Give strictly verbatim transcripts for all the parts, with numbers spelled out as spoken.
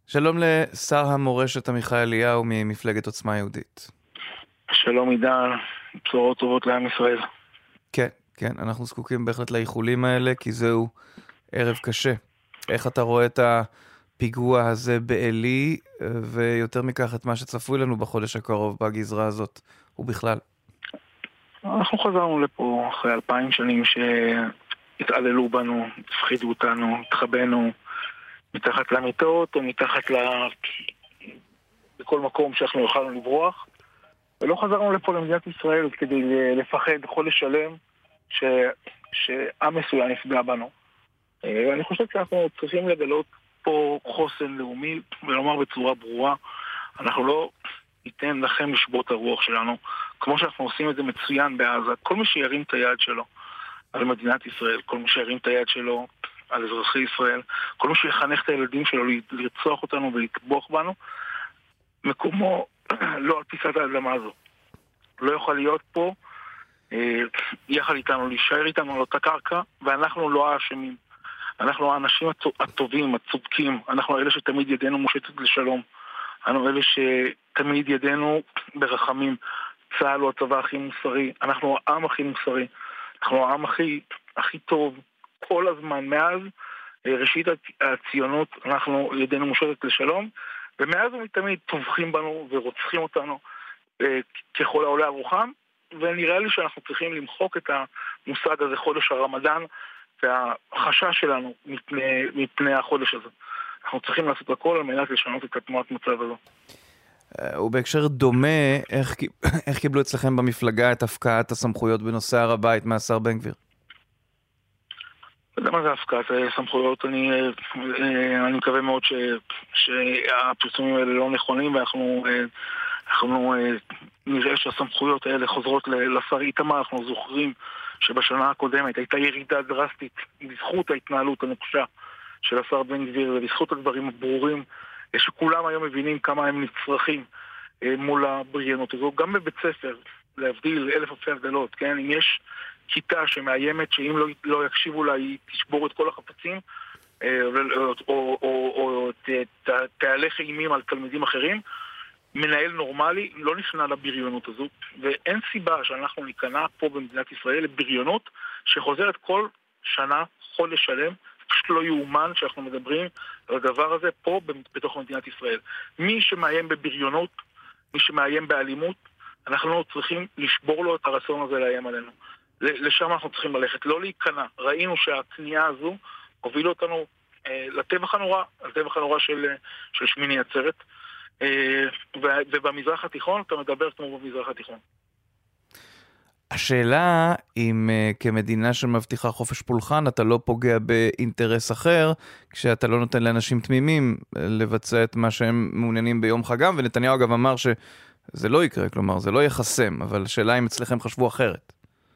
שלום לשר המורשת עמיחי אליהו ממפלגת עוצמה יהודית. שלום עידן, בשורות טובות לעם ישראל. כן, כן, אנחנו זקוקים בהחלט לאיחולים האלה, כי זהו ערב קשה. איך אתה רואה את הפיגוע הזה בעלי, ויותר מכך את מה שצפוי לנו בחודש הקרוב בגזרה הזאת, ובכלל? אנחנו חזרנו לפה אחרי אלפיים שנים שהתעללו בנו, הפחידו אותנו, התחבאנו מתחת למיטות או מתחת ל... בכל מקום שאנחנו יכולנו לברוח, ולא חזרנו לפה למדינת ישראל כדי לפחד חודש שלם ש... שעם מסוים יפגע בנו. ואני חושב שאנחנו צריכים לגלות פה חוסן לאומי ולומר בצורה ברורה, אנחנו לא ניתן לכם לשבור את הרוח שלנו, כמו שאנחנו עושים את זה מצוין בעזה. כל מי שירים את היד שלו על מדינת ישראל, כל מי שירים את היד שלו על אזרחי ישראל, כל מי שיחנך את הילדים שלו לרצוח אותנו ולטבוח בנו, מקומו לא על פיסת האדמה הזו. לא יכול להיות פה אה, יחד איתנו, להישאר איתנו על אותה קרקע, ואנחנו לא האשמים. אנחנו האנשים הטובים, הצודקים, אנחנו אלה שתמיד ידינו מושטת לשלום. אנחנו אלה שתמיד ידינו ברחמים. צה"ל הוא הצבא הכי מוסרי, אנחנו העם הכי מוסרי, אנחנו העם הכי, הכי טוב כל הזמן. מאז ראשית הציונות אנחנו ידינו מושטת לשלום, ומאז ומתמיד טובחים בנו ורוצחים אותנו ככל העולה על רוחם, ונראה לי שאנחנו צריכים למחוק את המושג הזה, חודש הרמדאן, והחשש שלנו מפני, מפני החודש הזה. אנחנו צריכים לעשות הכל על מנת לשנות את התנועת מצב הזו. ובהקשר דומה, איך, איך קיבלו אצלכם במפלגה את הפקעת הסמכויות בנושא הר הבית מהשר בן גביר? אתה יודע מה זה הפקעת סמכויות? אני, אני מקווה מאוד ש, שהפרסומים האלה לא נכונים, ואנחנו אנחנו, נראה שהסמכויות האלה חוזרות לשר איתמר. אנחנו זוכרים שבשנה הקודמת הייתה ירידה דרסטית בזכות ההתנהלות הנוקשה של השר בן גביר, ובזכות הדברים הברורים שכולם היום מבינים כמה הם נצרכים מול הבריונות הזו. גם בבית ספר, להבדיל אלף אלפי הבדלות, כן? אם יש כיתה שמאיימת שאם לא, לא יקשיבו לה היא תשבור את כל החפצים, או, או, או, או ת, ת, תהלך אימים על תלמידים אחרים, מנהל נורמלי לא נכנע לבריונות הזו, ואין סיבה שאנחנו ניכנע פה במדינת ישראל לבריונות שחוזרת כל שנה, חודש שלם. פשוט לא יאומן שאנחנו מדברים על הדבר הזה פה בתוך מדינת ישראל. מי שמאיים בבריונות, מי שמאיים באלימות, אנחנו לא צריכים לשבור לו את הרצון הזה לאיים עלינו. לשם אנחנו צריכים ללכת, לא להיכנע. ראינו שהכניעה הזו הובילה אותנו אה, לטבח הנורא, לטבח הנורא של, של שמיני עצרת, אה, ובמזרח התיכון אתה מדבר כמו במזרח התיכון. השאלה אם uh, כמדינה שמבטיחה חופש פולחן אתה לא פוגע באינטרס אחר, כשאתה לא נותן לאנשים תמימים לבצע את מה שהם מעוניינים ביום חגם, ונתניהו אגב אמר שזה לא יקרה, כלומר זה לא יחסם, אבל השאלה אם אצלכם חשבו אחרת.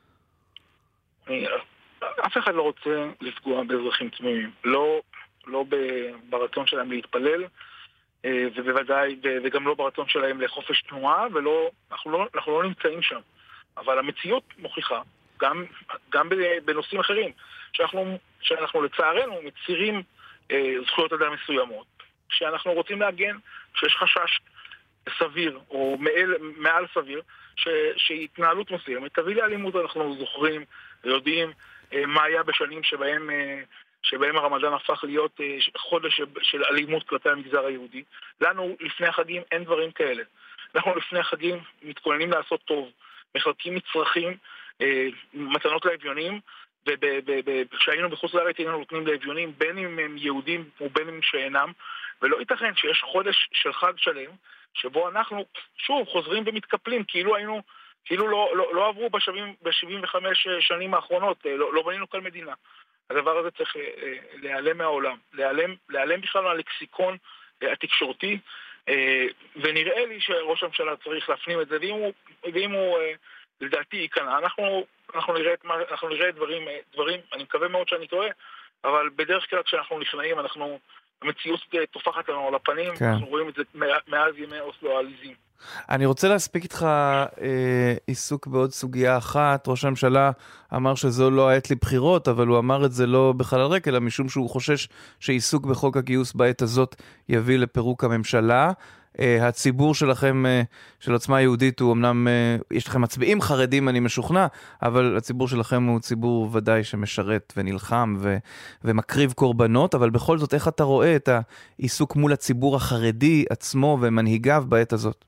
אף אחד לא רוצה לפגוע באזרחים תמימים, לא, לא ברצון שלהם להתפלל, ובוודאי, וגם לא ברצון שלהם לחופש תנועה, ולא, אנחנו לא, אנחנו לא נמצאים שם. אבל המציאות מוכיחה, גם, גם בנושאים אחרים, שאנחנו, שאנחנו לצערנו מצירים אה, זכויות אדם מסוימות, שאנחנו רוצים להגן, שיש חשש סביר, או מעל, מעל סביר, ש, שהתנהלות מסוימת תביא לאלימות. אנחנו זוכרים ויודעים אה, מה היה בשנים שבהם, אה, שבהם הרמדאן הפך להיות אה, חודש של אלימות כלפי המגזר היהודי. לנו לפני החגים אין דברים כאלה. אנחנו לפני החגים מתכוננים לעשות טוב, מחלקים מצרכים, מתנות לאביונים, וכשהיינו בחוץ לארץ היינו נותנים לאביונים, בין אם הם יהודים ובין אם שאינם, ולא ייתכן שיש חודש של חג שלם, שבו אנחנו שוב חוזרים ומתקפלים, כאילו היינו, כאילו לא, לא, לא עברו ב-שבעים וחמש שנים האחרונות, לא, לא בנינו כל מדינה. הדבר הזה צריך להיעלם מהעולם, להיעלם, להיעלם בכלל מהלקסיקון התקשורתי, ונראה לי שראש הממשלה צריך להפנים את זה, ואם הוא, ואם הוא לדעתי ייכנע, אנחנו, אנחנו נראה, אנחנו נראה דברים, דברים, אני מקווה מאוד שאני טועה, אבל בדרך כלל כשאנחנו נכנעים, אנחנו, המציאות תופחת לנו על הפנים, כן. אנחנו רואים את זה מאז ימי אוסלו העליזים. אני רוצה להספיק איתך אה, עיסוק בעוד סוגיה אחת. ראש הממשלה אמר שזו לא העת לבחירות, אבל הוא אמר את זה לא בחלל ריק, אלא משום שהוא חושש שעיסוק בחוק הגיוס בעת הזאת יביא לפירוק הממשלה. Uh, הציבור שלכם, uh, של עוצמה יהודית, הוא אמנם, uh, יש לכם מצביעים חרדים, אני משוכנע, אבל הציבור שלכם הוא ציבור ודאי שמשרת ונלחם ו- ומקריב קורבנות, אבל בכל זאת, איך אתה רואה את העיסוק מול הציבור החרדי עצמו ומנהיגיו בעת הזאת?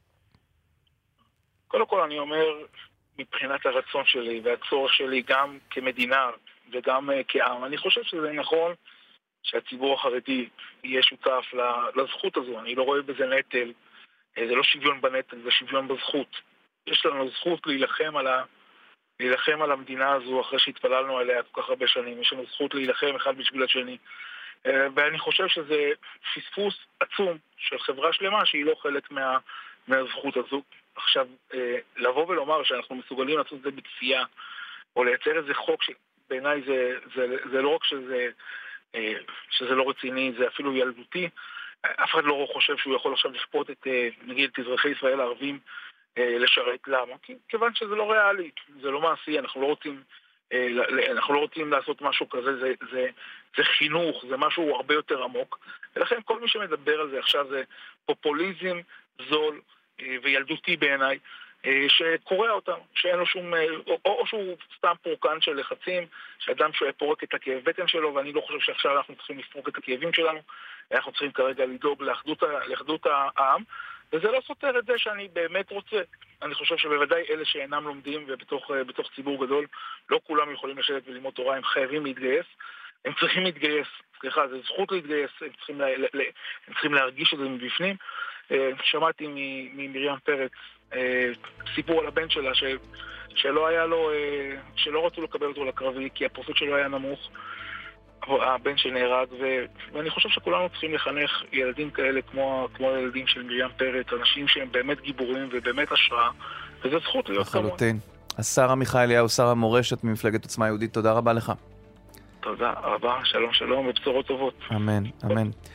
קודם כל אני אומר, מבחינת הרצון שלי והצורך שלי גם כמדינה וגם uh, כעם, אני חושב שזה נכון שהציבור החרדי יהיה שותף לזכות הזו. אני לא רואה בזה נטל, זה לא שוויון בנטל, זה שוויון בזכות. יש לנו זכות להילחם על, ה... להילחם על המדינה הזו אחרי שהתפללנו עליה כל כך הרבה שנים. יש לנו זכות להילחם אחד בשביל השני. ואני חושב שזה פספוס עצום של חברה שלמה שהיא לא חלק מה... מהזכות הזו. עכשיו, לבוא ולומר שאנחנו מסוגלים לעשות את זה בכפייה, או לייצר איזה חוק שבעיניי זה, זה, זה לא רק שזה... שזה לא רציני, זה אפילו ילדותי. אף אחד לא חושב שהוא יכול עכשיו לכפות את, נגיד, את אזרחי ישראל הערבים לשרת. למה? כי, כיוון שזה לא ריאלי, זה לא מעשי, אנחנו לא רוצים, אנחנו לא רוצים לעשות משהו כזה, זה, זה, זה חינוך, זה משהו הרבה יותר עמוק, ולכן כל מי שמדבר על זה עכשיו זה פופוליזם זול וילדותי בעיניי, שקורא אותם, שאין לו שום, או, או שהוא סתם פורקן של לחצים, שאדם שפורק את הכאב בטן שלו, ואני לא חושב שעכשיו אנחנו צריכים לפרוק את הכאבים שלנו, אנחנו צריכים כרגע לדאוג לאחדות, לאחדות העם, וזה לא סותר את זה שאני באמת רוצה. אני חושב שבוודאי אלה שאינם לומדים ובתוך בתוך ציבור גדול, לא כולם יכולים לשבת וללמוד תורה, הם חייבים להתגייס, הם צריכים להתגייס, סליחה, זה זכות להתגייס, הם צריכים, לה, לה, הם צריכים להרגיש את זה מבפנים. שמעתי ממרים פרץ סיפור על הבן שלה ש, שלא היה לו, שלא רצו לקבל אותו לקרבי כי הפרופיל שלו היה נמוך, הבן שנהרג, ו, ואני חושב שכולנו צריכים לחנך ילדים כאלה כמו, כמו הילדים של מרים פרץ, אנשים שהם באמת גיבורים ובאמת השראה, וזה זכות להיות כמוהם. לחלוטין. השר עמיחי אליהו, שר המורשת ממפלגת עוצמה יהודית, תודה רבה לך. תודה רבה, שלום שלום ובשורות טובות. אמן, אמן.